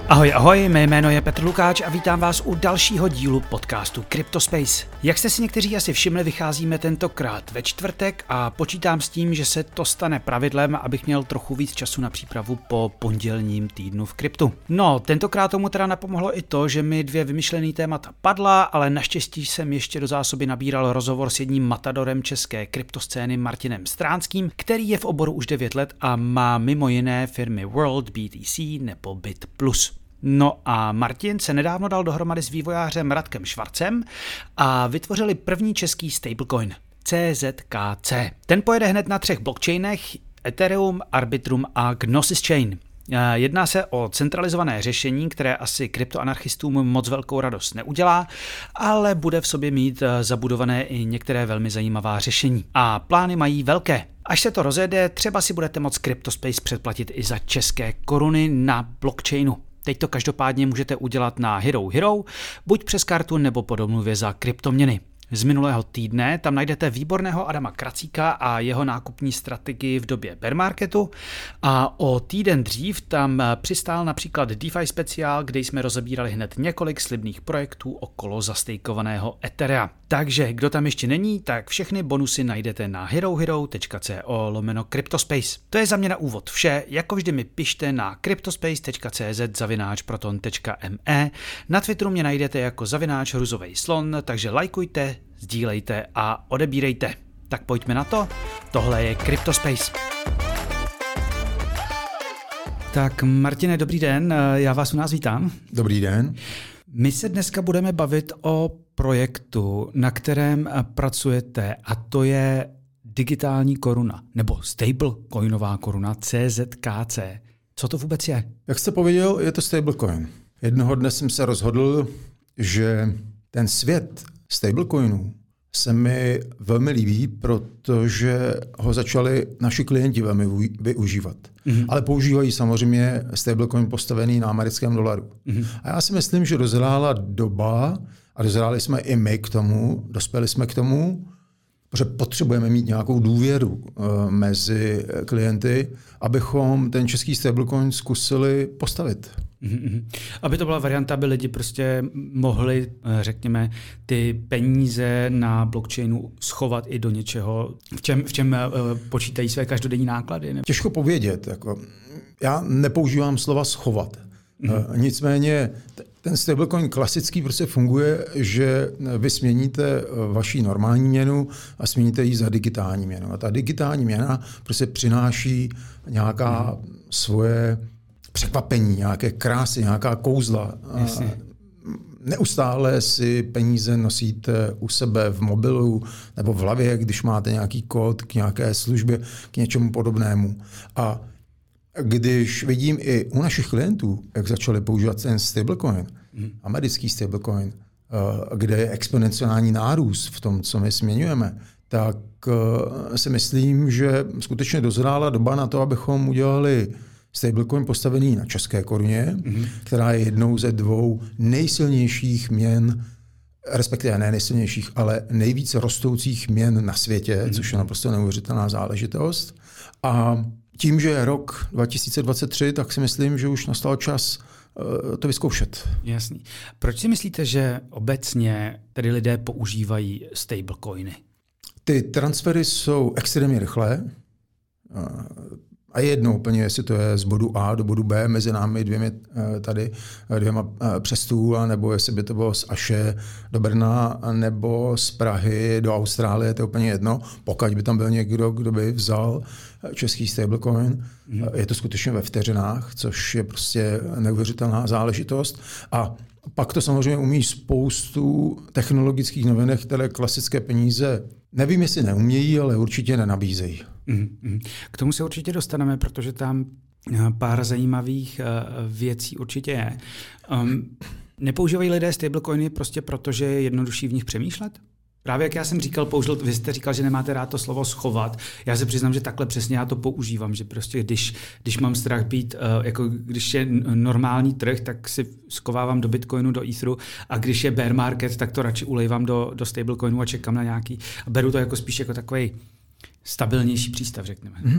Ahoj, ahoj, mé jméno je Petr Lukáč a vítám vás u dalšího dílu podcastu CryptoSpace. Jak jste si někteří asi všimli, vycházíme tentokrát ve čtvrtek a počítám s tím, že se to stane pravidlem, abych měl trochu víc času na přípravu po pondělním týdnu v kryptu. No, tentokrát tomu teda napomohlo i to, že mi 2 vymyšlený témata padla, ale naštěstí jsem ještě do zásoby nabíral rozhovor s jedním matadorem české kryptoscény Martinem Stránským, který je v oboru už 9 let a má mimo jiné firmy World, BTC nebo BitPlus. No a Martin se nedávno dal dohromady s vývojářem Radkem Švarcem a vytvořili první český stablecoin CZKC. Ten pojede hned na 3 blockchainech Ethereum, Arbitrum a Gnosis Chain. Jedná se o centralizované řešení, které asi kryptoanarchistům moc velkou radost neudělá, ale bude v sobě mít zabudované i některé velmi zajímavá řešení. A plány mají velké. Až se to rozjede, třeba si budete moct CryptoSpace předplatit i za české koruny na blockchainu. Teď to každopádně můžete udělat na Hero, buď přes kartu nebo po domluvě za kryptoměny. Z minulého týdne tam najdete výborného Adama Kracíka a jeho nákupní strategii v době bear marketu a o týden dřív tam přistál například DeFi speciál, kde jsme rozebírali hned několik slibných projektů okolo zastejkovaného Etherea. Takže kdo tam ještě není, tak všechny bonusy najdete na herohero.co/CryptoSpace. To je za mě na úvod vše, jako vždy mi pište na cryptospace.cz/proton.me. Na Twitteru mě najdete jako _hruzovejslon, takže lajkujte, sdílejte a odebírejte. Tak pojďme na to, tohle je CryptoSpace. Tak Martine, dobrý den, já vás u nás vítám. Dobrý den. My se dneska budeme bavit o projektu, na kterém pracujete, a to je digitální koruna, nebo stablecoinová koruna CZKC. Co to vůbec je? Jak jste pověděl, je to stablecoin. Jednoho dne jsem se rozhodl, že ten svět stablecoinů se mi velmi líbí, protože ho začali naši klienti velmi využívat. Ale používají samozřejmě stablecoin postavený na americkém dolaru. A já si myslím, že dozrála doba, a dozráli jsme i my k tomu, dospěli jsme k tomu, protože potřebujeme mít nějakou důvěru mezi klienty, abychom ten český stablecoin zkusili postavit. Aby to byla varianta, aby lidi prostě mohli, řekněme, ty peníze na blockchainu schovat i do něčeho, v čem počítají své každodenní náklady. Ne? Těžko povědět. Já nepoužívám slova schovat. Nicméně ten stablecoin klasický prostě funguje, že vy směníte vaši normální měnu a směníte ji za digitální měnu. A ta digitální měna prostě přináší nějaká svoje překvapení, nějaké krásy, nějaká kouzla. Neustále si peníze nosíte u sebe v mobilu nebo v hlavě, když máte nějaký kód k nějaké službě, k něčemu podobnému. A když vidím i u našich klientů, jak začali používat ten stablecoin, americký stablecoin, kde je exponenciální nárůst v tom, co my směňujeme, tak si myslím, že skutečně dozrála doba na to, abychom udělali stablecoin postavený na české koruně, která je jednou ze 2 nejsilnějších měn, respektive ne nejsilnějších, ale nejvíc rostoucích měn na světě, což je naprosto neuvěřitelná záležitost. A tím, že je rok 2023, tak si myslím, že už nastal čas to vyzkoušet. Jasný. Proč si myslíte, že obecně tedy lidé používají stablecoiny? Ty transfery jsou extrémně rychlé a je jedno úplně, jestli to je z bodu A do bodu B mezi námi dvěma přes stůl, nebo jestli by to bylo z Aše do Brna, nebo z Prahy do Austrálie, to je úplně jedno. Pokud by tam byl někdo, kdo by vzal český stablecoin, je to skutečně ve vteřinách, což je prostě neuvěřitelná záležitost. A pak to samozřejmě umí spoustu technologických novinek, které klasické peníze, nevím, jestli neumějí, ale určitě nenabízejí. K tomu se určitě dostaneme, protože tam pár zajímavých věcí určitě je. Nepoužívají lidé stablecoiny prostě proto, že je jednodušší v nich přemýšlet? Právě jak já jsem říkal, vy jste říkal, že nemáte rád to slovo schovat. Já se přiznám, že takhle přesně já to používám, že prostě když mám strach být, jako když je normální trh, tak si skovávám do Bitcoinu, do Etheru, a když je bear market, tak to radši ulejvám do stablecoinu a čekám na nějaký, a beru to jako spíš jako takovej stabilnější přístav, řekněme.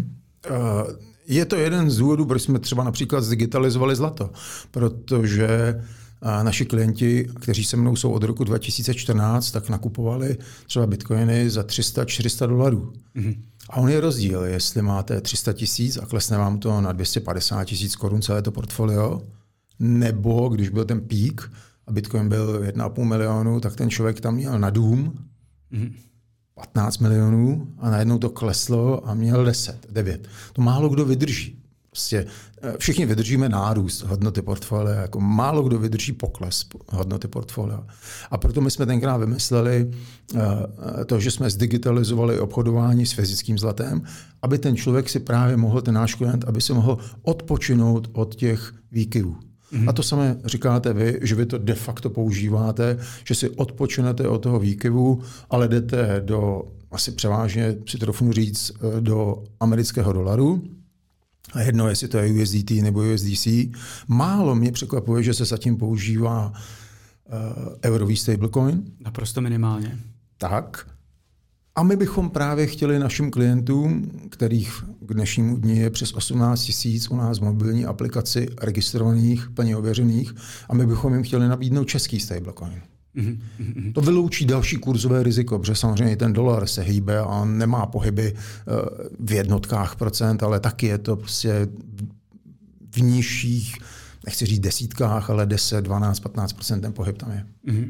Je to jeden z důvodů, proč jsme třeba například zdigitalizovali zlato, protože naši klienti, kteří se mnou jsou od roku 2014, tak nakupovali třeba bitcoiny za $300-400. A on je rozdíl, jestli máte 300 000 a klesne vám to na 250 000 korun celé to portfolio, nebo když byl ten pík a bitcoin byl 1,5 milionu, tak ten člověk tam měl na dům 15 milionů a najednou to kleslo a měl 9. To málo kdo vydrží. Prostě všichni vydržíme nárůst hodnoty portfolia, jako málo kdo vydrží pokles hodnoty portfolia. A proto my jsme tenkrát vymysleli to, že jsme zdigitalizovali obchodování s fyzickým zlatem, aby ten člověk si právě mohl, ten náš klient, aby si mohl odpočinout od těch výkyvů. A to samé říkáte vy, že vy to de facto používáte, že si odpočinete od toho výkyvu, ale jdete do, asi převážně si trochu říct, do amerického dolaru. A jedno, jestli to je USDT nebo USDC. Málo mě překvapuje, že se zatím používá eurový stablecoin. Naprosto minimálně. Tak. A my bychom právě chtěli našim klientům, kterých k dnešnímu dni je přes 18 000 u nás v mobilní aplikaci registrovaných, plně ověřených, a my bychom jim chtěli nabídnout český stablecoin. To vyloučí další kurzové riziko, protože samozřejmě ten dolar se hýbe a on nemá pohyby v jednotkách procent, ale taky je to prostě v nižších, nechci říct desítkách, ale 10, 12, 15% ten pohyb tam je.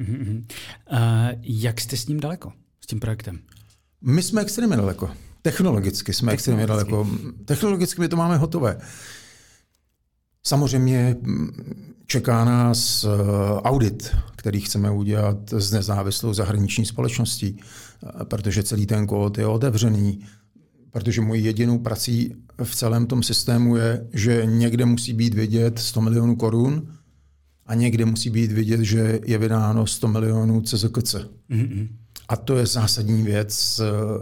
Jak jste s ním daleko, s tím projektem? My jsme extrémně daleko. Technologicky jsme extrémně daleko. Technologicky my to máme hotové. Samozřejmě čeká nás audit, který chceme udělat s nezávislou zahraniční společností, protože celý ten kód je otevřený, protože mojí jedinou prací v celém tom systému je, že někde musí být vidět 100 milionů korun a někde musí být vidět, že je vydáno 100 milionů CZKC. A to je zásadní věc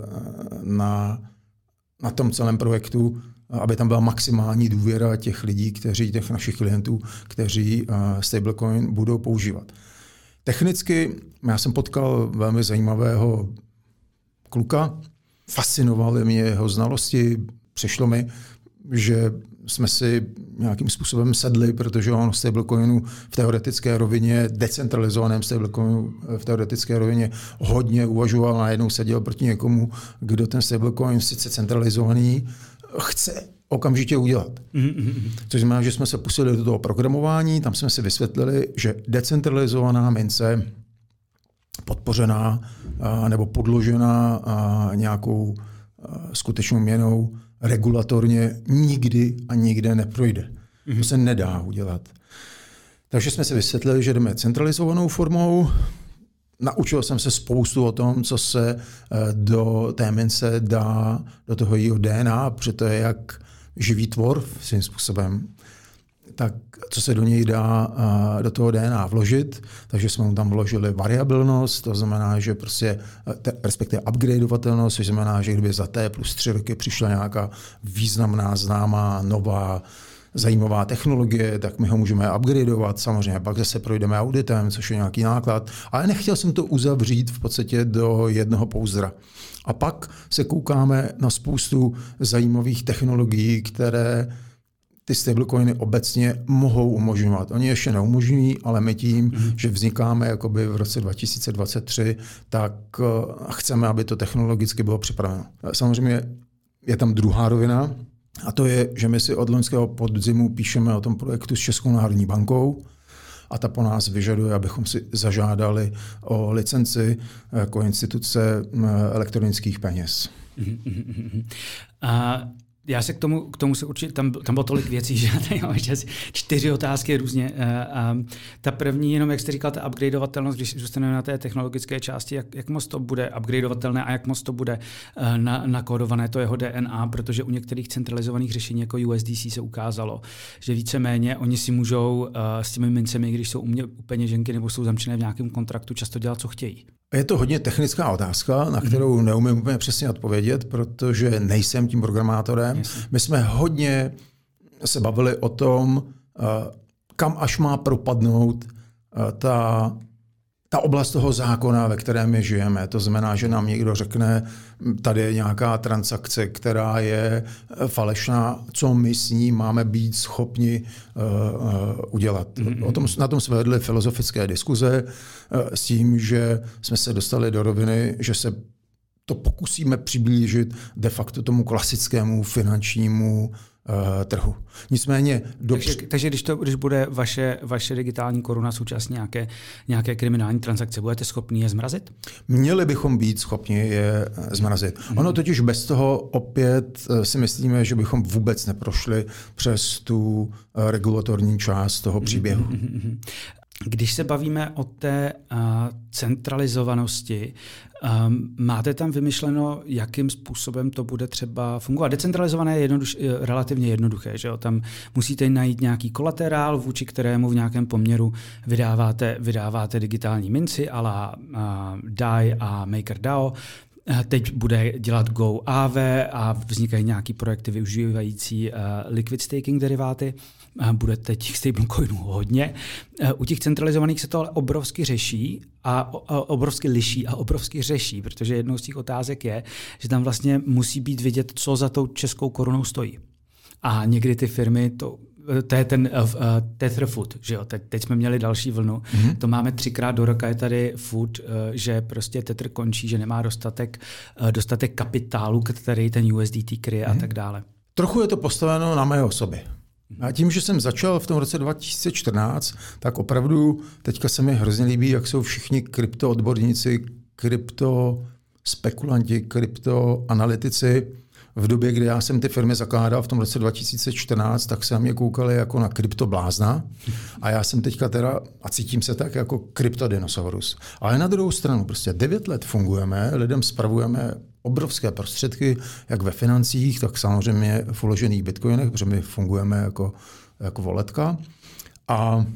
na tom celém projektu, aby tam byla maximální důvěra těch lidí, těch našich klientů, kteří stablecoin budou používat. Technicky já jsem potkal velmi zajímavého kluka, fascinovaly mě jeho znalosti, přišlo mi, že jsme si nějakým způsobem sedli, protože on v stablecoinu v teoretické rovině, decentralizovaném stablecoinu v teoretické rovině hodně uvažoval, najednou seděl proti někomu, kdo ten stablecoin sice centralizovaný chce okamžitě udělat. Což znamená, že jsme se pustili do toho programování, tam jsme si vysvětlili, že decentralizovaná mince podpořená nebo podložená nějakou skutečnou měnou regulatorně nikdy a nikde neprojde. To se nedá udělat. Takže jsme si vysvětlili, že jdeme centralizovanou formou. Naučil jsem se spoustu o tom, co se do té mince dá, do toho jejího DNA, protože to je jak živý tvor svým způsobem, tak co se do něj dá do toho DNA vložit. Takže jsme mu tam vložili variabilnost, to znamená, že prostě respektive upgradeovatelnost, což znamená, že kdyby za T+3 roky přišla nějaká významná, známá, nová, zajímavá technologie, tak my ho můžeme upgradeovat. Samozřejmě pak zase projdeme auditem, což je nějaký náklad. Ale nechtěl jsem to uzavřít v podstatě do jednoho pouzdra. A pak se koukáme na spoustu zajímavých technologií, které ty stablecoiny obecně mohou umožňovat. Oni ještě neumožňují, ale my tím, že vznikáme jakoby v roce 2023, tak chceme, aby to technologicky bylo připraveno. Samozřejmě je tam druhá rovina, a to je, že my si od loňského podzimu píšeme o tom projektu s Českou národní bankou a ta po nás vyžaduje, abychom si zažádali o licenci jako instituce elektronických peněz. Já se k tomu se určitě, tam bylo tolik věcí, že tady máme 4 otázky různě. Ta první, jenom jak jste říkal, ta upgradeovatelnost, když zůstaneme na té technologické části, jak moc to bude upgradeovatelné a jak moc to bude nakódované to jeho DNA, protože u některých centralizovaných řešení jako USDC se ukázalo, že víceméně oni si můžou s těmi mincemi, když jsou u peněženky nebo jsou zamčené v nějakém kontraktu, často dělat, co chtějí. Je to hodně technická otázka, na kterou neumím úplně přesně odpovědět, protože nejsem tím programátorem. My jsme hodně se bavili o tom, kam až má propadnout ta ta oblast toho zákona, ve kterém my žijeme. To znamená, že nám někdo řekne, tady je nějaká transakce, která je falešná, co my s ní máme být schopni udělat. Na tom jsme vedli filozofické diskuze s tím, že jsme se dostali do roviny, že se to pokusíme přiblížit de facto tomu klasickému finančnímu trhu. Nicméně... Takže když bude vaše digitální koruna současně nějaké kriminální transakce, budete schopni je zmrazit? Měli bychom být schopni je zmrazit. Ono totiž bez toho opět si myslíme, že bychom vůbec neprošli přes tu regulatorní část toho příběhu. Když se bavíme o té centralizovanosti, máte tam vymyšleno, jakým způsobem to bude třeba fungovat? Decentralizované je relativně jednoduché, že jo? Tam musíte najít nějaký kolaterál, vůči kterému v nějakém poměru vydáváte digitální minci a la DAI a MakerDAO. Teď bude dělat GoAV a vznikají nějaký projekty využívající liquid staking deriváty. Bude teď stablecoinů hodně. U těch centralizovaných se to ale obrovsky řeší a obrovsky liší a obrovsky řeší, protože jednou z těch otázek je, že tam vlastně musí být vidět, co za tou českou korunou stojí. A někdy ty firmy to je ten Tetherfood, že jo? Teď jsme měli další vlnu. To máme 3krát do roka, je tady food, že prostě Tether končí, že nemá dostatek kapitálu, který ten USDT kryje a tak dále. Trochu je to postaveno na mé osobě. A tím, že jsem začal v tom roce 2014, tak opravdu teďka se mi hrozně líbí, jak jsou všichni kryptoodborníci, kryptospekulanti, kryptoanalytici. V době, kdy já jsem ty firmy zakládal v tom roce 2014, tak se na mě koukali jako na kryptoblázna a já jsem teďka a cítím se tak jako kryptodinosaurus. Ale na druhou stranu, prostě 9 let fungujeme, lidem spravujeme obrovské prostředky, jak ve financích, tak samozřejmě v uložených bitcoinech, protože my fungujeme jako voletka. A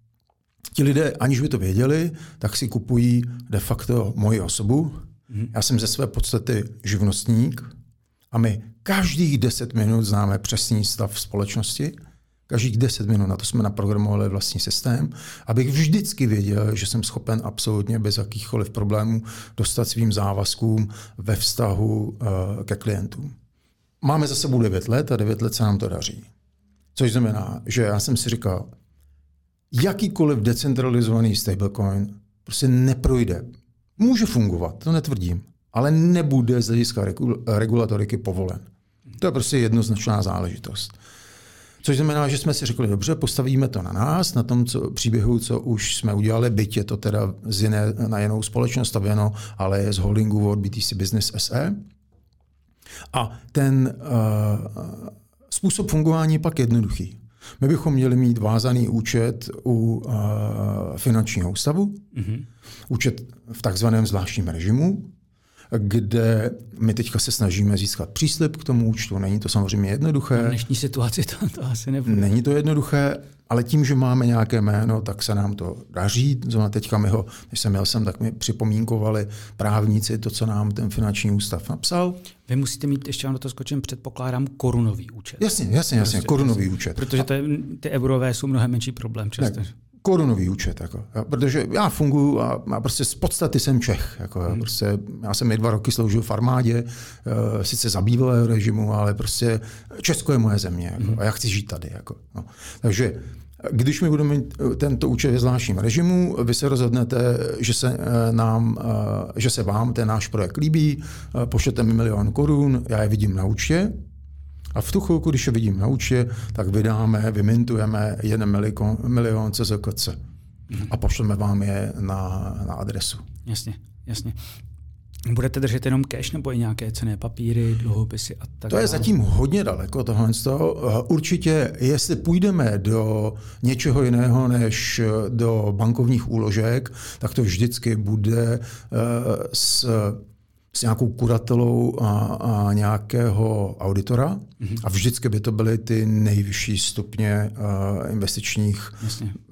ti lidé, aniž by to věděli, tak si kupují de facto moji osobu. Já jsem ze své podstaty živnostník, a my každých 10 minut známe přesný stav společnosti. Každých 10 minut, na to jsme naprogramovali vlastní systém, abych vždycky věděl, že jsem schopen absolutně bez jakýchkoliv problémů dostat svým závazkům ve vztahu ke klientům. Máme za sebou 9 let a 9 let se nám to daří. Což znamená, že já jsem si říkal, jakýkoliv decentralizovaný stablecoin prostě neprojde. Může fungovat, to netvrdím, ale nebude z hlediska regulatoriky povolen. To je prostě jednoznačná záležitost. Což znamená, že jsme si řekli, dobře, postavíme to na nás, na tom příběhu, co už jsme udělali, byť je to teda na jinou společnost stavěno, ale je z holdingu World BTC Business SE. A ten způsob fungování je pak jednoduchý. My bychom měli mít vázaný účet u finančního ústavu, účet v takzvaném zvláštním režimu, kde my teďka se snažíme získat příslib k tomu účtu. Není to samozřejmě jednoduché. V dnešní situaci to asi nebude. Není to jednoduché, ale tím, že máme nějaké jméno, tak se nám to daří. Teďka když jsem měl sem, tak mi připomínkovali právníci to, co nám ten finanční ústav napsal. Vy musíte mít, ještě vám do toho skočím, předpokládám, korunový účet. Jasně, korunový účet. Protože ty eurové jsou mnohem menší problém často. Korunový účet, protože já funguji a prostě z podstaty jsem Čech. Prostě já jsem 2 roky sloužil v armádě, sice za bývalého režimu, ale prostě Česko je moje země a já chci žít tady. Takže když my budeme mít tento účet ve zvláštním režimu, vy se rozhodnete, že se vám ten náš projekt líbí, pošlete mi 1 000 000 korun, já je vidím na účtě. A v tu chvilku, když je vidím na účtě, tak vymintujeme 1 milion CZKC a pošleme vám je na adresu. Jasně. Budete držet jenom cash nebo i nějaké cenné papíry, dluhopisy a tak dále? To je zatím hodně daleko tohle. Určitě, jestli půjdeme do něčeho jiného než do bankovních úložek, tak to vždycky bude s nějakou kuratelou a nějakého auditora. A vždycky by to byly ty nejvyšší stupně investičních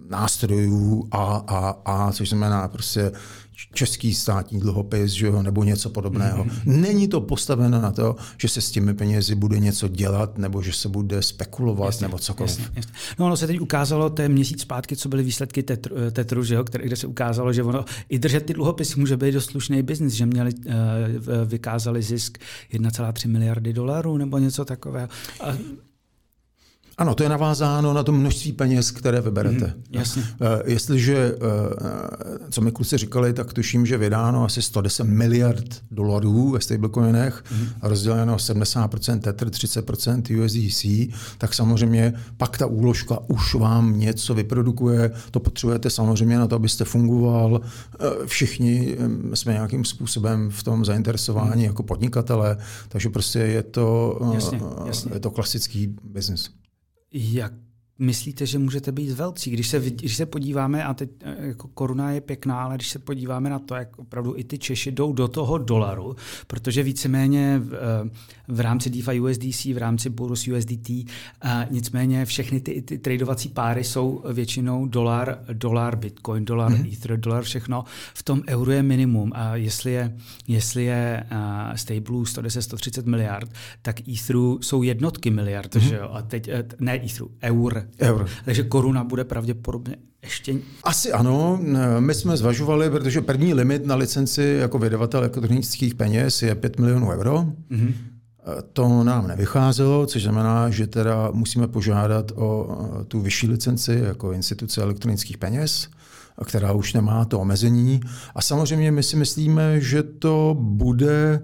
nástrojů AAA, což znamená prostě český státní dluhopis, že jo, nebo něco podobného. Není to postaveno na to, že se s těmi penězi bude něco dělat, nebo že se bude spekulovat, nebo cokoliv. Jasně. No, ono se teď ukázalo, to je měsíc zpátky, co byly výsledky Tetru, že jo, kde se ukázalo, že ono i držet ty dluhopisy může být dost slušný biznis, že vykázali zisk 1,3 miliardy dolarů nebo něco takového. Ano, to je navázáno na to množství peněz, které vyberete. Jasně. Jestliže, co mi kluci říkali, tak tuším, že vydáno asi 110 miliard dolarů ve stablecoinech, rozděleno 70% Tether, 30% USDC, tak samozřejmě pak ta úložka už vám něco vyprodukuje. To potřebujete samozřejmě na to, abyste fungoval. Všichni jsme nějakým způsobem v tom zainteresováni jako podnikatelé, takže prostě je to klasický biznis. Jak myslíte, že můžete být velcí? Když se podíváme, a teď jako koruna je pěkná, ale když se podíváme na to, jak opravdu i ty Češi jdou do toho dolaru, protože víceméně v rámci DeFi USDC, v rámci Burus USDT, nicméně všechny ty tradovací páry jsou většinou dolar, Bitcoin, dolar, Ether, dolar, všechno. V tom euro je minimum. A jestli je stable 110-130 miliard, tak Etheru jsou jednotky miliard, že jo? A teď, ne Etheru, eur. Takže koruna bude pravděpodobně ještě... Asi ano. My jsme zvažovali, protože první limit na licenci jako vydavatel elektronických peněz je 5 milionů euro. To nám nevycházelo, což znamená, že teda musíme požádat o tu vyšší licenci jako instituce elektronických peněz, která už nemá to omezení. A samozřejmě my si myslíme, že to bude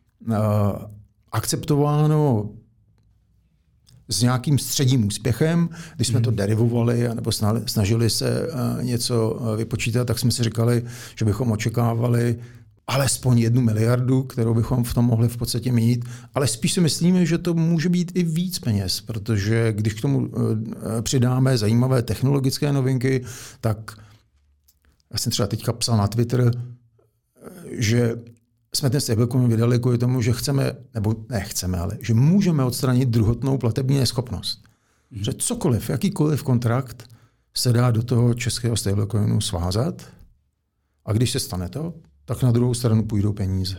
akceptováno s nějakým středním úspěchem. Když jsme to derivovali nebo snažili se něco vypočítat, tak jsme si říkali, že bychom očekávali alespoň 1 miliardu, kterou bychom v tom mohli v podstatě mít, ale spíš si myslíme, že to může být i víc peněz, protože když k tomu přidáme zajímavé technologické novinky, tak já jsem třeba teďka psal na Twitter, že jsme ten stablecoin vydali kvůli tomu, že chceme, nebo nechceme, ale že můžeme odstranit druhotnou platební neschopnost. Že cokoliv, jakýkoliv kontrakt se dá do toho českého stablecoinu svázat a když se stane to, tak na druhou stranu půjdou peníze.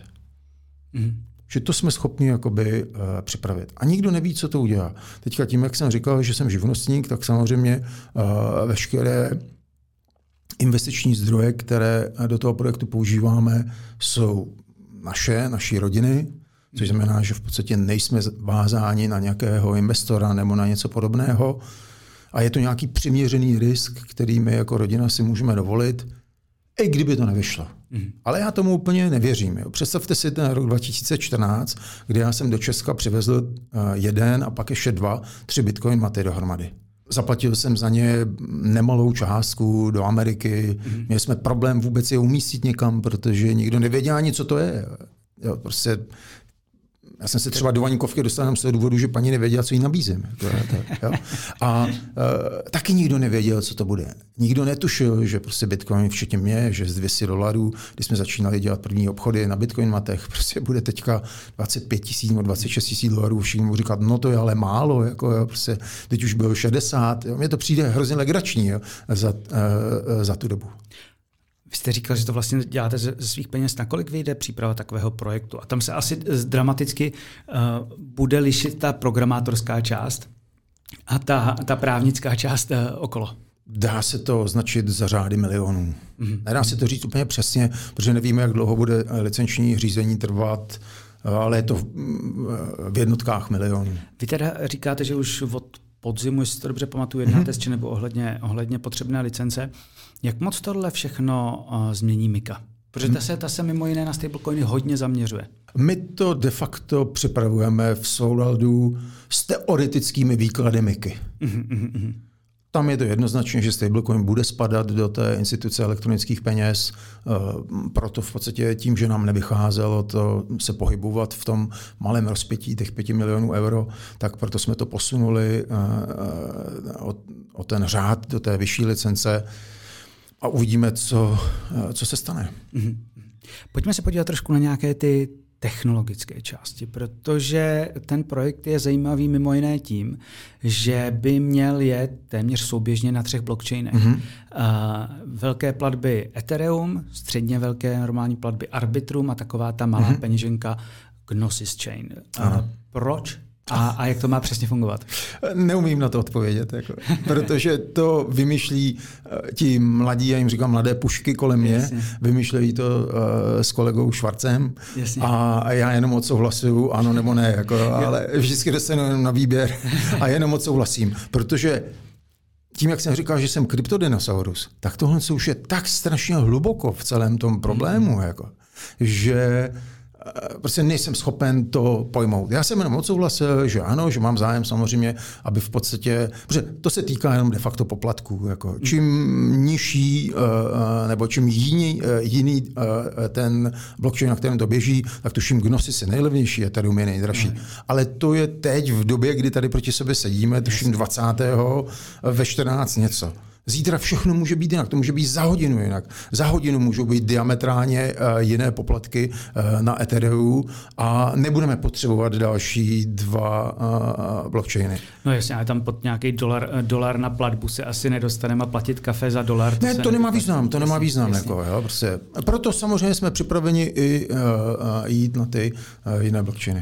Že to jsme schopni jakoby připravit. A nikdo neví, co to udělá. Teďka tím, jak jsem říkal, že jsem živnostník, tak samozřejmě veškeré investiční zdroje, které do toho projektu používáme, jsou naší rodiny, což znamená, že v podstatě nejsme vázáni na nějakého investora nebo na něco podobného. A je to nějaký přiměřený risk, který my jako rodina si můžeme dovolit, i kdyby to nevyšlo. Ale já tomu úplně nevěřím. Jo. Představte si ten rok 2014, kdy já jsem do Česka přivezl 1 a pak ještě 3 bitcoin maty dohromady. Zaplatil jsem za ně nemalou částku do Ameriky. Měli jsme problém vůbec je umístit někam, protože nikdo nevěděl ani, co to je. Jo, prostě já jsem se třeba do Vaníkovky dostal jenom z toho důvodu, že paní nevěděla, co jí nabízím. A taky nikdo nevěděl, co to bude. Nikdo netušil, že prostě Bitcoin, včetně mě, že z $200, když jsme začínali dělat první obchody na Bitcoin matech, prostě bude teďka 25 000 nebo 26 000 dolarů. Všichni mu říkat, no to je ale málo, jako, jo, prostě teď už bylo 60. Jo. Mně to přijde hrozně legrační, jo, za tu dobu. Vy jste říkal, že to vlastně děláte ze svých peněz. Nakolik vyjde příprava takového projektu? A tam se asi dramaticky bude lišit ta programátorská část a ta právnická část okolo. Dá se to označit za řády milionů. Nedá se to říct úplně přesně, protože nevíme, jak dlouho bude licenční řízení trvat, ale je to v jednotkách milionů. Vy teda říkáte, že už od podzimu, jestli to dobře pamatuju, jednáte s nebo ohledně potřebné licence. Jak moc tohle všechno změní Mika? Protože ta se mimo jiné na stablecoiny hodně zaměřuje. My to de facto připravujeme v souladu s teoretickými výklady Miky. Tam je to jednoznačně, že stablecoin bude spadat do té instituce elektronických peněz, proto v podstatě tím, že nám nevycházelo to se pohybovat v tom malém rozpětí těch 5 milionů euro, tak proto jsme to posunuli o ten řád do té vyšší licence a uvidíme, co se stane. Pojďme se podívat trošku na nějaké ty technologické části, protože ten projekt je zajímavý mimo jiné tím, že by měl jet téměř souběžně na 3 blockchainech. Velké platby Ethereum, středně velké normální platby Arbitrum a taková ta malá peněženka Gnosis Chain. Proč? A jak to má přesně fungovat? Neumím na to odpovědět, protože to vymýšlí ti mladí, já jim říkám mladé pušky kolem mě, Jasně. Vymýšlejí to s kolegou Švarcem a já jenom odsouhlasuju, ano nebo ne, ale vždycky dostanu jenom na výběr a jenom odsouhlasím, protože tím, jak jsem říkal, že jsem kryptodinosaurus, tak tohle už je tak strašně hluboko v celém tom problému, že prostě nejsem schopen to pojmout. Já jsem jenom odsouhlasil, že ano, že mám zájem samozřejmě, aby v podstatě, protože to se týká jenom de facto poplatků. Čím nižší nebo čím jiný ten blockchain, na kterém to běží, tak tuším Gnosis je nejlevnější, Ethereum je nejdražší. Ale to je teď v době, kdy tady proti sobě sedíme, tuším 20. ve 14 něco. Zítra všechno může být jinak, to může být za hodinu jinak. Za hodinu můžou být diametrálně jiné poplatky na Ethereum a nebudeme potřebovat další 2 blockchainy. No jasně, ale tam pod nějaký dolar na platbu se asi nedostaneme a platit kafe za dolar. Ne, to nemá význam, to nemá význam. Prostě. Proto samozřejmě jsme připraveni i jít na ty jiné blockchainy.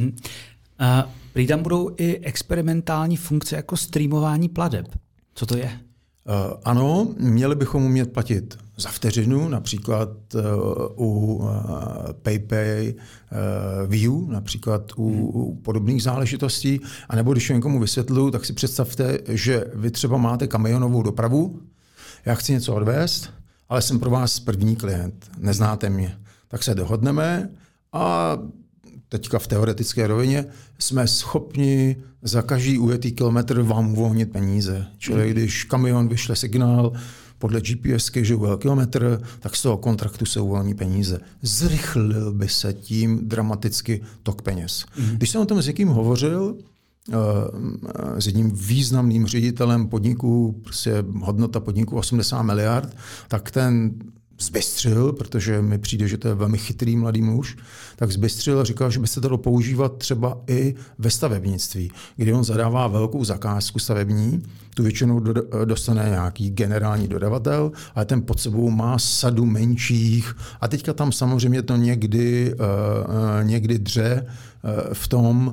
Prý tam budou i experimentální funkce jako streamování plateb. Co to je? Ano, měli bychom umět platit za vteřinu, například u PayPay View, například u podobných záležitostí. A nebo když někomu vysvětluju, tak si představte, že vy třeba máte kamionovou dopravu, já chci něco odvést, ale jsem pro vás první klient, neznáte mě. Tak se dohodneme a teďka v teoretické rovině jsme schopni za každý ujetý kilometr vám uvolnit peníze. Čili když kamion vyšle signál podle GPSky, že ujel kilometr, tak z toho kontraktu se uvolní peníze. Zrychlil by se tím dramaticky tok peněz. Když jsem o tom s někým hovořil, s jedním významným ředitelem podniku, prostě hodnota podniku 80 miliard, tak ten zbystřil, protože mi přijde, že to je velmi chytrý mladý muž, tak zbystřil a říkal, že by se to dalo používat třeba i ve stavebnictví, kdy on zadává velkou zakázku stavební, tu většinou dostane nějaký generální dodavatel, ale ten pod sebou má sadu menších a teďka tam samozřejmě to někdy dře v tom,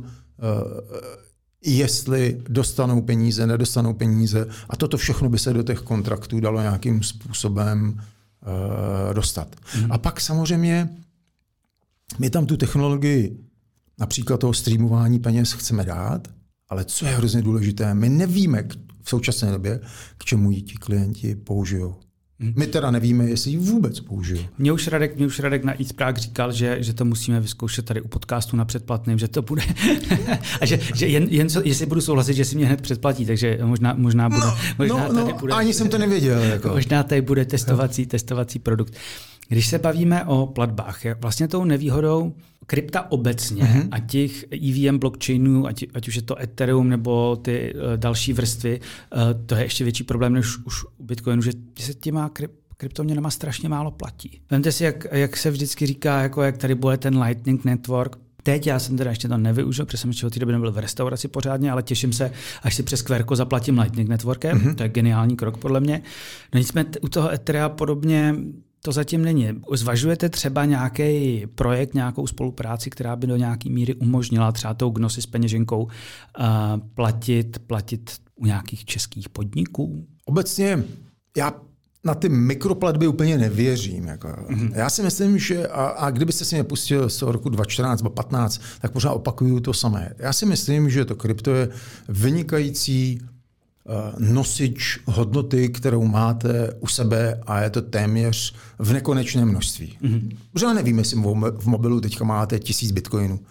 jestli dostanou peníze, nedostanou peníze a toto všechno by se do těch kontraktů dalo nějakým způsobem dostat. A pak samozřejmě my tam tu technologii, například toho streamování peněz chceme dát, ale co je hrozně důležité, my nevíme v současné době, k čemu ji ti klienti použijou. My teda nevíme, jestli ji vůbec použijou. Mě už Radek na eSprák říkal, že to musíme vyzkoušet tady u podcastu na předplatném, že to bude. A že jen jestli budu souhlasit, že si mě hned předplatí, takže možná bude. Ani jsem to nevěděl. Možná tady bude testovací produkt. Když se bavíme o platbách, je vlastně tou nevýhodou krypta obecně a těch EVM blockchainů, ať už je to Ethereum nebo ty další vrstvy, to je ještě větší problém než už u Bitcoinu, že se těma kryptoměnama strašně málo platí. Vemte si, jak se vždycky říká, jako jak tady bude ten Lightning Network. Teď já jsem teda ještě to nevyužil, protože jsem ještě od té doby nebyl v restauraci pořádně, ale těším se, až si přes Querco zaplatím Lightning Networkem. To je geniální krok podle mě. No nicméně u toho Etherea podobně to zatím není. Zvažujete třeba nějaký projekt, nějakou spolupráci, která by do nějaké míry umožnila třeba tou Gnosis peněženkou platit u nějakých českých podniků? Obecně já na ty mikroplatby úplně nevěřím. Já si myslím, že a kdybyste si mě pustil z toho roku 2014 nebo 2015, tak pořád opakuju to samé. Já si myslím, že to krypto je vynikající nosič hodnoty, kterou máte u sebe a je to téměř v nekonečném množství. Protože nevím, jestli v mobilu teďka máte 1000 bitcoinů.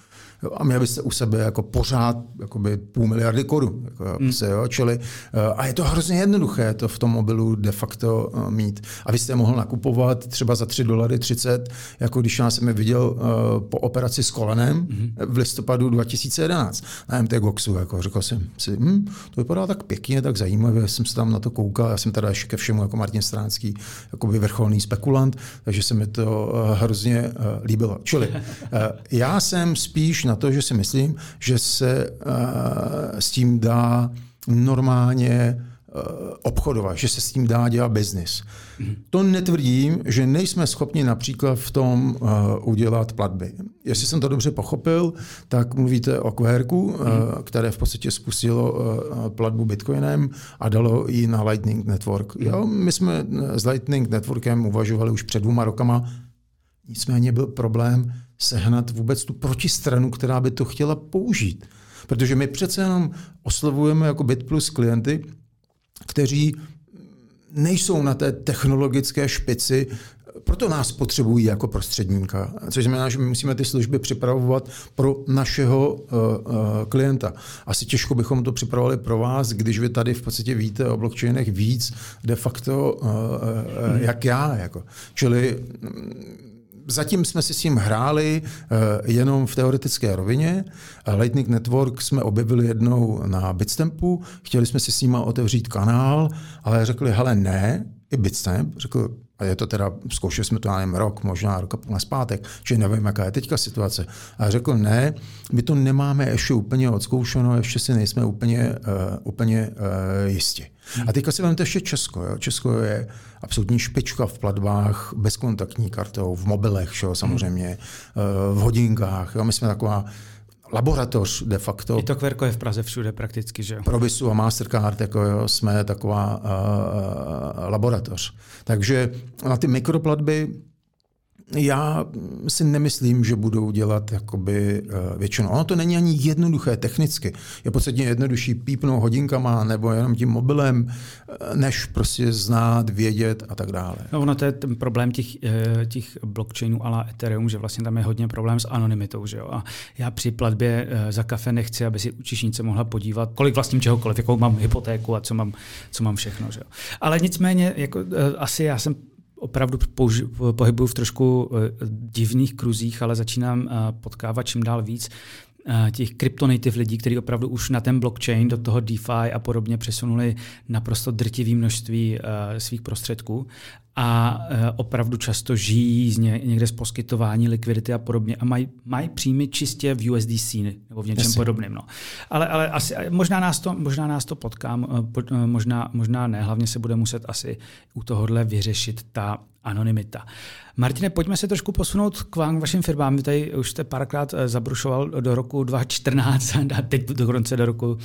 Jo, a měli byste u sebe jako pořád jakoby 500 miliardy korun. Jako, čili, a je to hrozně jednoduché to v tom mobilu de facto mít. A vy jste mohl nakupovat třeba za $3.30, jako když já jsem je viděl po operaci s kolenem v listopadu 2011 na MT-Goxu. Jako, řekl jsem si, to vypadá tak pěkně, tak zajímavě, jsem se tam na to koukal, já jsem teda ještě ke všemu jako Martin Stránský, jakoby vrcholný spekulant, takže se mi to hrozně líbilo. Čili já jsem spíš na to, že si myslím, že se s tím dá normálně obchodovat, že se s tím dá dělat biznis. To netvrdím, že nejsme schopni například v tom udělat platby. Jestli jsem to dobře pochopil, tak mluvíte o QRku, které v podstatě spustilo platbu Bitcoinem a dalo ji na Lightning Network. Jo, my jsme s Lightning Networkem uvažovali už před 2 rokama, nicméně byl problém sehnat vůbec tu protistranu, která by to chtěla použít. Protože my přece jenom oslovujeme jako BitPlus klienty, kteří nejsou na té technologické špici, proto nás potřebují jako prostředníka. Což znamená, že my musíme ty služby připravovat pro našeho klienta. Asi těžko bychom to připravovali pro vás, když vy tady v podstatě víte o blockchainech víc de facto jak já. Jako. Čili zatím jsme si s tím hráli jenom v teoretické rovině. Lightning Network jsme objevili jednou na Bitstampu, chtěli jsme si s nimi otevřít kanál, ale řekli, hele ne, i Bitstamp, řekl, a je to teda, zkoušeli jsme to na rok, možná rok a půl nazpátek, či nevím, jaká je teďka situace. A řekl, ne, my to nemáme ještě úplně odzkoušeno, ještě si nejsme úplně jisti. A teďka si vezmete ještě Česko. Jo? Česko je absolutní špička v platbách, bezkontaktní kartou, v mobilech, šo, samozřejmě, v hodinkách. Jo? My jsme taková laboratoř de facto. I to QRko je v Praze všude prakticky, že jo? Pro Visu a Mastercard jako jo, jsme taková laboratoř. Takže na ty mikroplatby já si nemyslím, že budou dělat jakoby většinou. Ono to není ani jednoduché technicky. Je podstatně jednodušší pípnout hodinkama nebo jenom tím mobilem, než prostě znát, vědět a tak dále. No ono to je ten problém těch blockchainů a la Ethereum, že vlastně tam je hodně problém s anonymitou. Že jo? A já při platbě za kafe nechci, aby si účetnice mohla podívat, kolik vlastním čehokoliv, jakou mám hypotéku a co mám všechno. Že jo? Ale nicméně jako, asi já jsem opravdu pohybuju v trošku divných kruzích, ale začínám potkávat čím dál víc těch crypto-native lidí, kteří opravdu už na ten blockchain, do toho DeFi a podobně přesunuli naprosto drtivé množství svých prostředků a opravdu často žijí někde z poskytování likvidity a podobně a mají příjmy čistě v USDC nebo v něčem podobném. No. Ale asi, možná nás to potká, možná ne, hlavně se bude muset asi u tohohle vyřešit ta anonymita. Martine, pojďme se trošku posunout k vám, k vašim firmám. Vy tady už jste párkrát zabrušoval do roku 2014 a teď dokonce do roku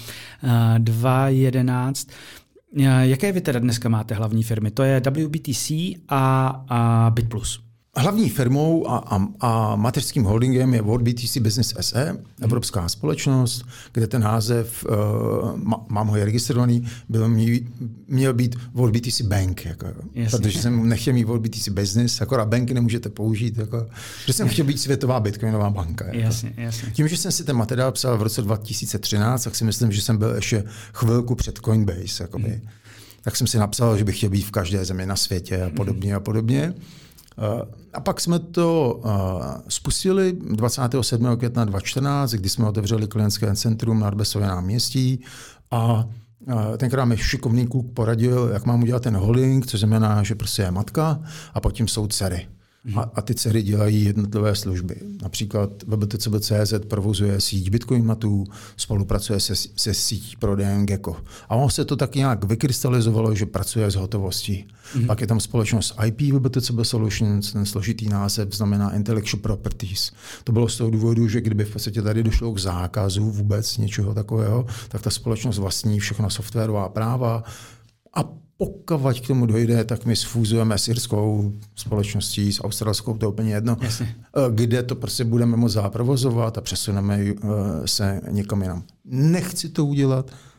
2011. Jaké vy teda dneska máte hlavní firmy? To je WBTC a BitPlus. Hlavní firmou a mateřským holdingem je World BTC Business SE, evropská společnost, kde ten název, mám ho je registrovaný, měl být World BTC Bank. Jako, protože jsem nechtěl mít World BTC Business, akorát banky nemůžete použít. Jako, že jsem chtěl být světová bitcoinová banka. Jako. Jasně. Tím, že jsem si ten materiál psal v roce 2013, tak si myslím, že jsem byl ještě chvilku před Coinbase. Jakoby. Tak jsem si napsal, že bych chtěl být v každé zemi na světě a podobně. A pak jsme to spustili 27. května 2014, kdy jsme otevřeli klientské centrum na Arbesově náměstí a tenkrát mi šikovný kluk poradil, jak mám udělat ten holding, což znamená, že prostě je matka a potom jsou dcery. A ty dcery dělají jednotlivé služby. Například WBTCB.cz provozuje síť bitcoinmatů, spolupracuje se sítí prodejem Gecko. A ono se to tak nějak vykrystalizovalo, že pracuje s hotovostí. Pak je tam společnost IP WBTCB Solutions, ten složitý název znamená Intellectual Properties. To bylo z toho důvodu, že kdyby v podstatě tady došlo k zákazu vůbec něčeho takového, tak ta společnost vlastní všechno softwarová práva a pokud k tomu dojde, tak my sfúzujeme s irskou společností, s australskou, to je úplně jedno, kde to prostě budeme moct zaprovozovat a přesuneme se někam jinam. Nechci to udělat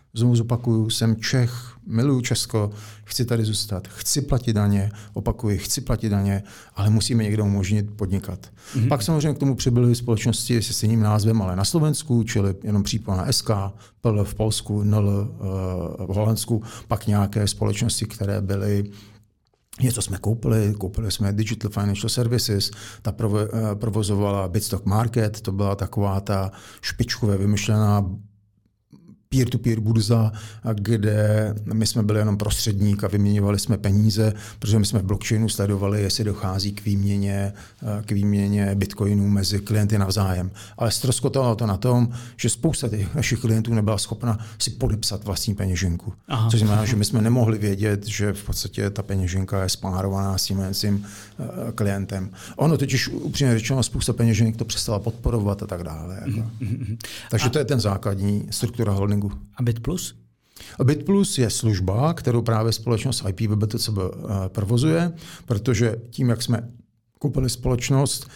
Znovu zopakuju, jsem Čech, miluju Česko, chci tady zůstat, chci platit daně, opakuji, chci platit daně, ale musíme někdo umožnit podnikat. Pak samozřejmě k tomu přibyly společnosti se stejným názvem, ale na Slovensku, čili jenom případ SK, PL v Polsku, NL v Holandsku, pak nějaké společnosti, které byly. Něco jsme koupili jsme Digital Financial Services, ta provozovala Bitstock Market, to byla taková ta špičkově vymyšlená peer-to-peer burza, kde my jsme byli jenom prostředník a vyměňovali jsme peníze, protože my jsme v blockchainu sledovali, jestli dochází k výměně bitcoinů mezi klienty navzájem. Ale ztroskotalo to na tom, že spousta těch našich klientů nebyla schopna si podepsat vlastní peněženku. Aha. Což znamená, že my jsme nemohli vědět, že v podstatě ta peněženka je spárovaná s tím klientem. Ono totiž upřímně řečeno spousta peněženek to přestala podporovat a tak dále. Takže to je ten základní struktura holdingu. A BitPlus? BitPlus je služba, kterou právě společnost IPVBTCB provozuje, protože tím, jak jsme koupili společnost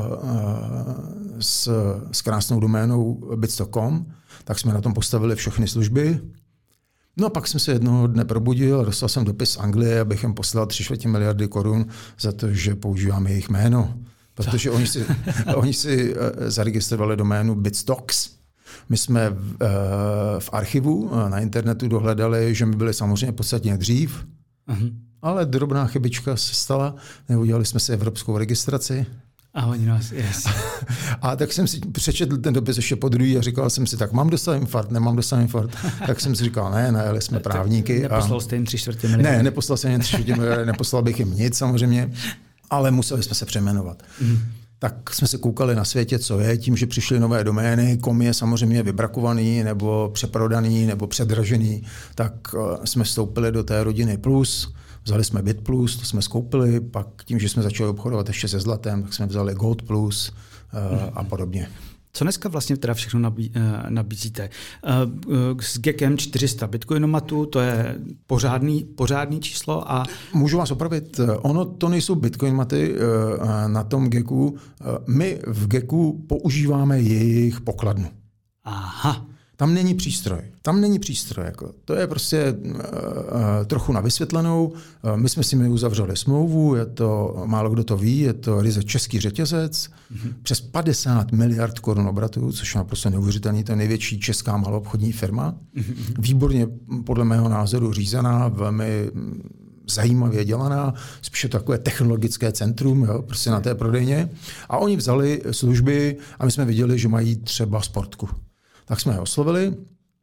s krásnou doménou bitstock.com, tak jsme na tom postavili všechny služby. No a pak jsem se jednoho dne probudil, dostal jsem dopis z Anglie, abych jim poslal 3/4 miliardy korun za to, že používáme jejich jméno. Protože oni si zaregistrovali doménu Bitstocks. My jsme v archivu na internetu dohledali, že my byli samozřejmě podstatně dřív, ale drobná chybička se stala, neudělali jsme si evropskou registraci. A oni nás, yes. A tak jsem si přečetl ten dopis ještě podruhý a říkal jsem si, tak mám dostat infarkt, nemám dostat infarkt. Tak jsem si říkal, ne, ale jsme právníky. Neposlal jste jim 3/4 miliardy? Ne, neposlal jsem jim 3/4 miliardy, neposlal bych jim nic samozřejmě, ale museli jsme se přejmenovat. Tak jsme se koukali na světě, co je, tím, že přišly nové domény, kom je samozřejmě vybrakovaný, nebo přeprodaný, nebo předražený, tak jsme vstoupili do té rodiny Plus, vzali jsme BitPlus, to jsme skoupili, pak tím, že jsme začali obchodovat ještě se zlatem, tak jsme vzali Gold Plus a podobně. Co dneska vlastně teda všechno nabízíte? S GECem 400 bitcoinomatů, to je pořádný číslo a... Můžu vás opravit, ono to nejsou bitcoinomaty na tom GECu. My v GECu používáme jejich pokladnu. Aha. Tam není přístroj. Jako. To je prostě trochu na vysvětlenou. My jsme si uzavřeli smlouvu, je to, málo kdo to ví, je to ryze český řetězec, přes 50 miliard korun obratu, což je naprosto neuvěřitelný, to je největší česká maloobchodní firma. Výborně podle mého názoru řízená, velmi zajímavě dělaná, spíše takové technologické centrum, jo, prostě na té prodejně. A oni vzali služby a my jsme viděli, že mají třeba sportku. Tak jsme je oslovili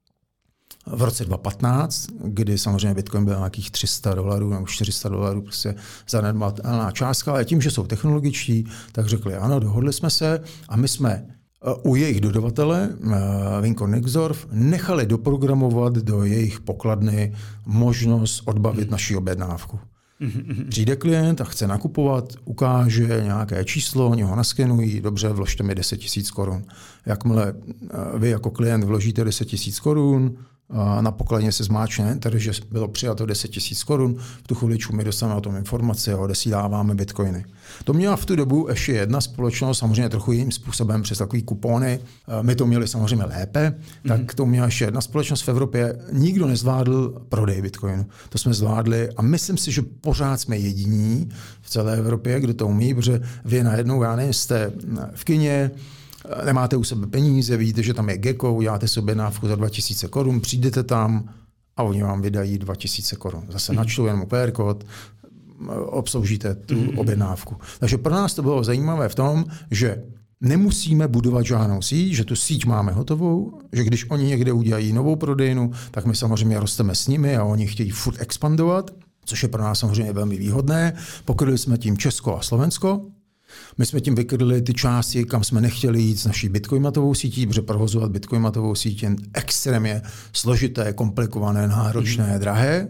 v roce 2015, kdy samozřejmě Bitcoin byl nějakých $300 nebo $400, prostě zanedbatelná částka, ale tím, že jsou technologičtí, tak řekli ano, dohodli jsme se a my jsme u jejich dodavatele, Winco Nixdorf, nechali doprogramovat do jejich pokladny možnost odbavit naši objednávku. Přijde klient a chce nakupovat, ukáže nějaké číslo, oni ho naskenují, dobře, vložte mi 10 000 korun. Jakmile vy jako klient vložíte 10 000 korun, na pokladně se zmáčkne enter, že bylo přijato 10 000 korun, v tu chviličku my dostaneme o tom informaci a odesíláváme bitcoiny. To měla v tu dobu ještě jedna společnost, samozřejmě trochu jiným způsobem přes takový kupony. My to měli samozřejmě lépe, tak to měla ještě jedna společnost v Evropě. Nikdo nezvládl prodej bitcoinu. To jsme zvládli a myslím si, že pořád jsme jediní v celé Evropě, kdo to umí, protože vy najednou, já nevím, jste v kině, nemáte u sebe peníze, vidíte, že tam je Gecko, uděláte si objednávku za 2 000 korun, přijdete tam a oni vám vydají 2 000 korun. Zase načtou jenom QR kód, obsloužíte tu objednávku. Takže pro nás to bylo zajímavé v tom, že nemusíme budovat žádnou síť, že tu síť máme hotovou, že když oni někde udělají novou prodejnu, tak my samozřejmě rosteme s nimi a oni chtějí furt expandovat, což je pro nás samozřejmě velmi výhodné. Pokryli jsme tím Česko a Slovensko. My jsme tím vykryli ty části, kam jsme nechtěli jít s naší bitcoinatovou sítí, protože provozovat bitcoinatovou sítí je extrémně složité, komplikované, náročné, drahé.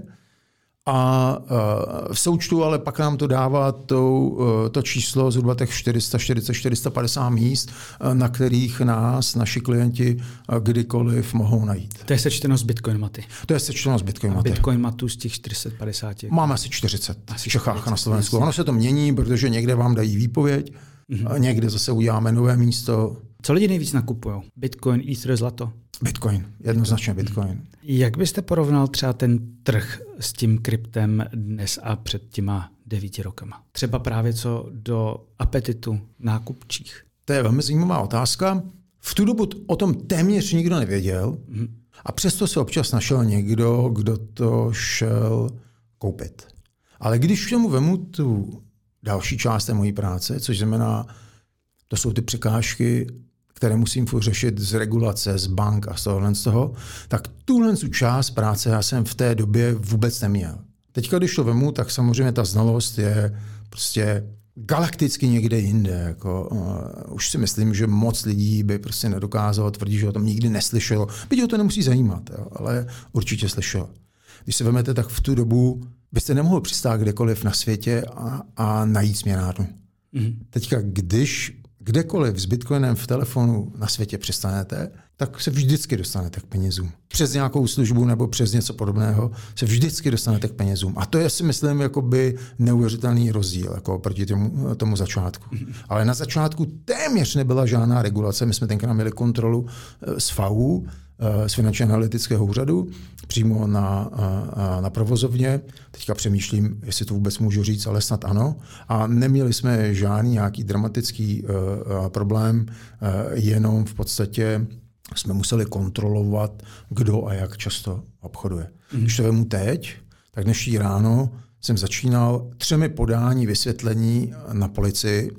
A v součtu ale pak nám to dává to číslo zhruba těch 440-450 míst, na kterých nás naši klienti kdykoliv mohou najít. To je sečteno z bitcoinomaty. To je sečteno z bitcoinomaty. A bitcoinmatů z těch 450? Máme asi 40 v Čechách a na Slovensku. Ono se to mění, protože někde vám dají výpověď, a někde zase uděláme nové místo. Co lidi nejvíc nakupují? Bitcoin, Ether, zlato? Bitcoin, jednoznačně Bitcoin. Jak byste porovnal třeba ten trh s tím kryptem dnes a před těma 9 rokama? Třeba právě co do apetitu nákupčích. To je velmi zajímavá otázka. V tu dobu o tom téměř nikdo nevěděl a přesto se občas našel někdo, kdo to šel koupit. Ale když k tomu vemu tu další část té mojí práce, což znamená, to jsou ty překážky, které musím řešit z regulace, z bank a z toho, tak tuhle část práce já jsem v té době vůbec neměl. Teďka, když to vemu, tak samozřejmě ta znalost je prostě galakticky někde jinde. Už si myslím, že moc lidí by prostě nedokázalo tvrdit, že o tom nikdy neslyšelo. Byť ho to nemusí zajímat, ale určitě slyšelo. Když se vemete, tak v tu dobu byste nemohl přistát kdekoliv na světě a najít směnárnu. Teďka, když kdekoliv s Bitcoinem v telefonu na světě přistanete, tak se vždycky dostanete k penězům. Přes nějakou službu nebo přes něco podobného se vždycky dostanete k penězům. A to je, si myslím, jakoby neuvěřitelný rozdíl jako proti tomu začátku. Ale na začátku téměř nebyla žádná regulace. My jsme tenkrát měli kontrolu z FAU, z Finančního analytického úřadu, přímo na provozovně. Teďka přemýšlím, jestli to vůbec můžu říct, ale snad ano. A neměli jsme žádný nějaký dramatický problém, jenom v podstatě jsme museli kontrolovat, kdo a jak často obchoduje. Když to vemu teď, tak dnešní ráno jsem začínal 3 podání vysvětlení na policii,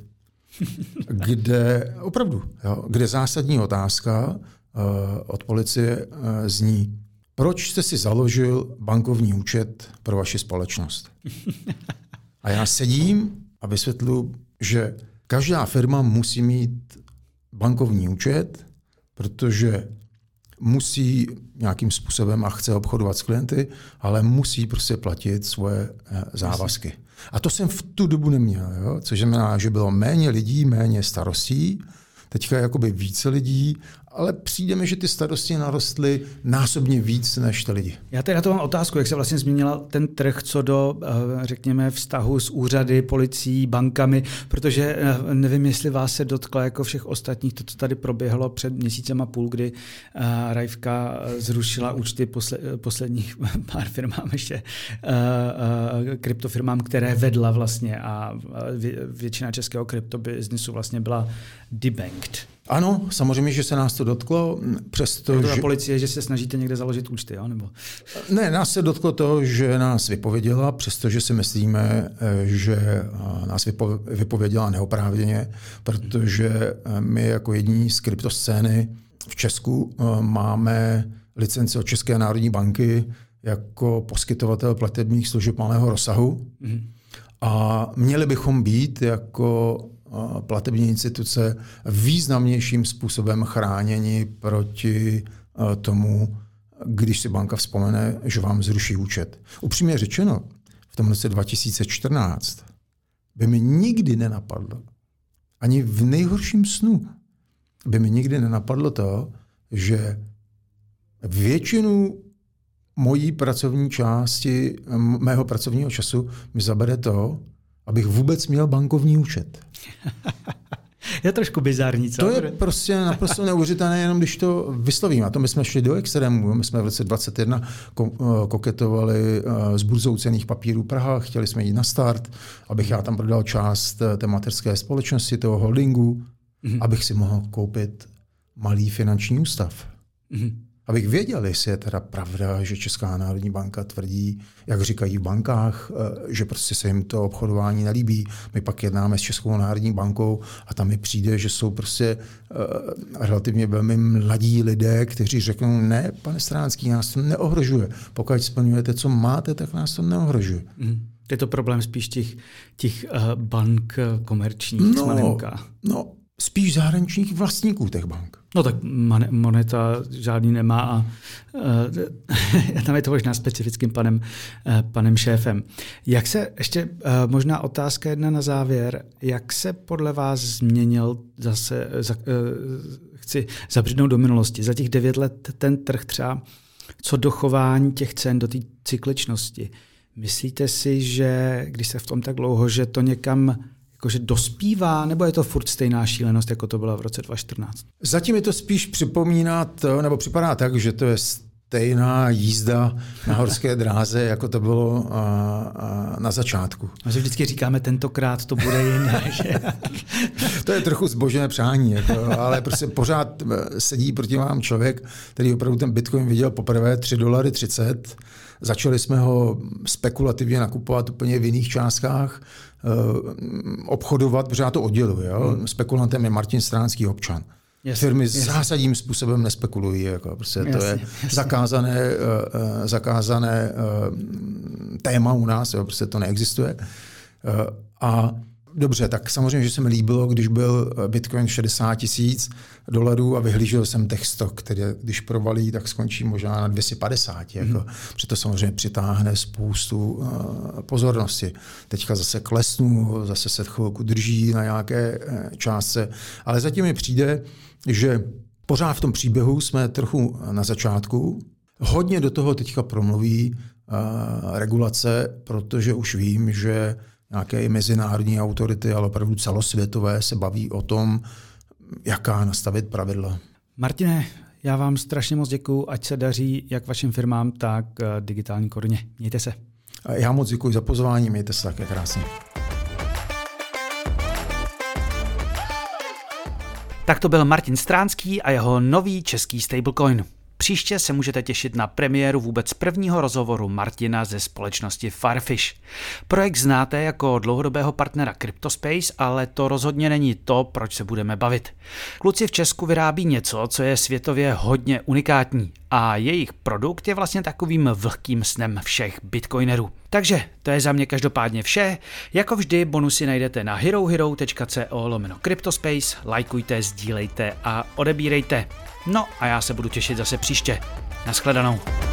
kde zásadní otázka od policie zní, proč jste si založil bankovní účet pro vaši společnost? A já sedím a vysvětluji, že každá firma musí mít bankovní účet, protože musí nějakým způsobem a chce obchodovat s klienty, ale musí prostě platit svoje závazky. A to jsem v tu dobu neměl, což znamená, že bylo méně lidí, méně starostí, teďka je jakoby více lidí, ale přijde mi, že ty starosti narostly násobně víc než ty lidi. Já tady na to mám otázku, jak se vlastně změnila ten trh co do, řekněme, vztahu s úřady, policií, bankami, protože nevím, jestli vás se dotkla jako všech ostatních, to, co tady proběhlo před měsícem a půl, kdy Rajvka zrušila účty posledních pár firmám ještě, kryptofirmám, které vedla vlastně a většina českého kryptobiznisu vlastně byla debanked. Ano, samozřejmě, že se nás to dotklo, přestože policie, že se snažíte někde založit účty, jo? Nebo? Ne, nás se dotklo to, že nás vypověděla, přestože si myslíme, že nás vypověděla neoprávněně, protože my jako jediní z kryptoscény v Česku máme licenci od České národní banky jako poskytovatel platebních služeb malého rozsahu a měli bychom být jako platební instituce významnějším způsobem chráněni proti tomu, když si banka vzpomene, že vám zruší účet. Upřímně řečeno, v tom roce 2014 by mi nikdy nenapadlo, ani v nejhorším snu by mi nikdy nenapadlo to, že většinu mojí pracovní části, mého pracovního času mi zabere to, abych vůbec měl bankovní účet. Je trošku bizarní, co? To je prostě naprosto neuvěřitelné, jenom když to vyslovím. A to my jsme šli do extrému. My jsme v roce 2021 koketovali s burzou cenných papírů Praha, chtěli jsme jít na start, abych já tam prodal část té mateřské společnosti, toho holdingu, abych si mohl koupit malý finanční ústav. Abych věděl, jestli je teda pravda, že Česká národní banka tvrdí, jak říkají v bankách, že prostě se jim to obchodování nelíbí. My pak jednáme s Českou národní bankou a tam mi přijde, že jsou prostě relativně velmi mladí lidé, kteří řeknou, ne, pane Stránský, nás to neohrožuje. Pokud splňujete, co máte, tak nás to neohrožuje. Je to problém spíš těch bank komerčních s malinka. No, spíš zahraničních vlastníků těch bank. No tak moneta žádný nemá a tam je to možná specifickým panem šéfem. Jak se, ještě možná otázka jedna na závěr, jak se podle vás změnil zase, chci zabřednout do minulosti, za těch 9 let ten trh třeba, co do chování těch cen, do té cykličnosti. Myslíte si, že když se v tom tak dlouho, že to někam jakože dospívá, nebo je to furt stejná šílenost, jako to byla v roce 2014? Zatím je to spíš připomínat, nebo připadá tak, že to je stejná jízda na horské dráze, jako to bylo na začátku. A že vždycky říkáme, tentokrát to bude jiné. Že? To je trochu zbožné přání, jako, ale prostě pořád sedí proti vám člověk, který opravdu ten Bitcoin viděl poprvé $3.30. Začali jsme ho spekulativně nakupovat úplně v jiných částkách, obchodovat, protože já to odděluji. Spekulantem je Martin Stránský, občan. Firmy zásadním způsobem nespekulují. Jako prostě to je zakázané téma u nás, prostě to neexistuje. A dobře, tak samozřejmě, že se mi líbilo, když byl Bitcoin $60,000 a vyhlížel jsem těch stok, který když provalí, tak skončí možná na 250. Jako, protože to samozřejmě přitáhne spoustu pozornosti. Teďka zase klesnu, zase se chvilku drží na nějaké částce, ale zatím mi přijde, že pořád v tom příběhu jsme trochu na začátku. Hodně do toho teďka promluví regulace, protože už vím, že nějaké mezinárodní autority, ale opravdu celosvětové se baví o tom, jaká nastavit pravidla. Martine, já vám strašně moc děkuju, ať se daří jak vašim firmám, tak Digitální koruně. Mějte se. Já moc děkuji za pozvání, mějte se také krásně. Tak to byl Martin Stránský a jeho nový český stablecoin. Příště se můžete těšit na premiéru vůbec prvního rozhovoru Martina ze společnosti Firefish. Projekt znáte jako dlouhodobého partnera CryptoSpace, ale to rozhodně není to, proč se budeme bavit. Kluci v Česku vyrábí něco, co je světově hodně unikátní a jejich produkt je vlastně takovým vlhkým snem všech bitcoinerů. Takže to je za mě každopádně vše. Jako vždy bonusy najdete na herohero.co/CryptoSpace, lajkujte, sdílejte a odebírejte. No a já se budu těšit zase příště. Naschledanou.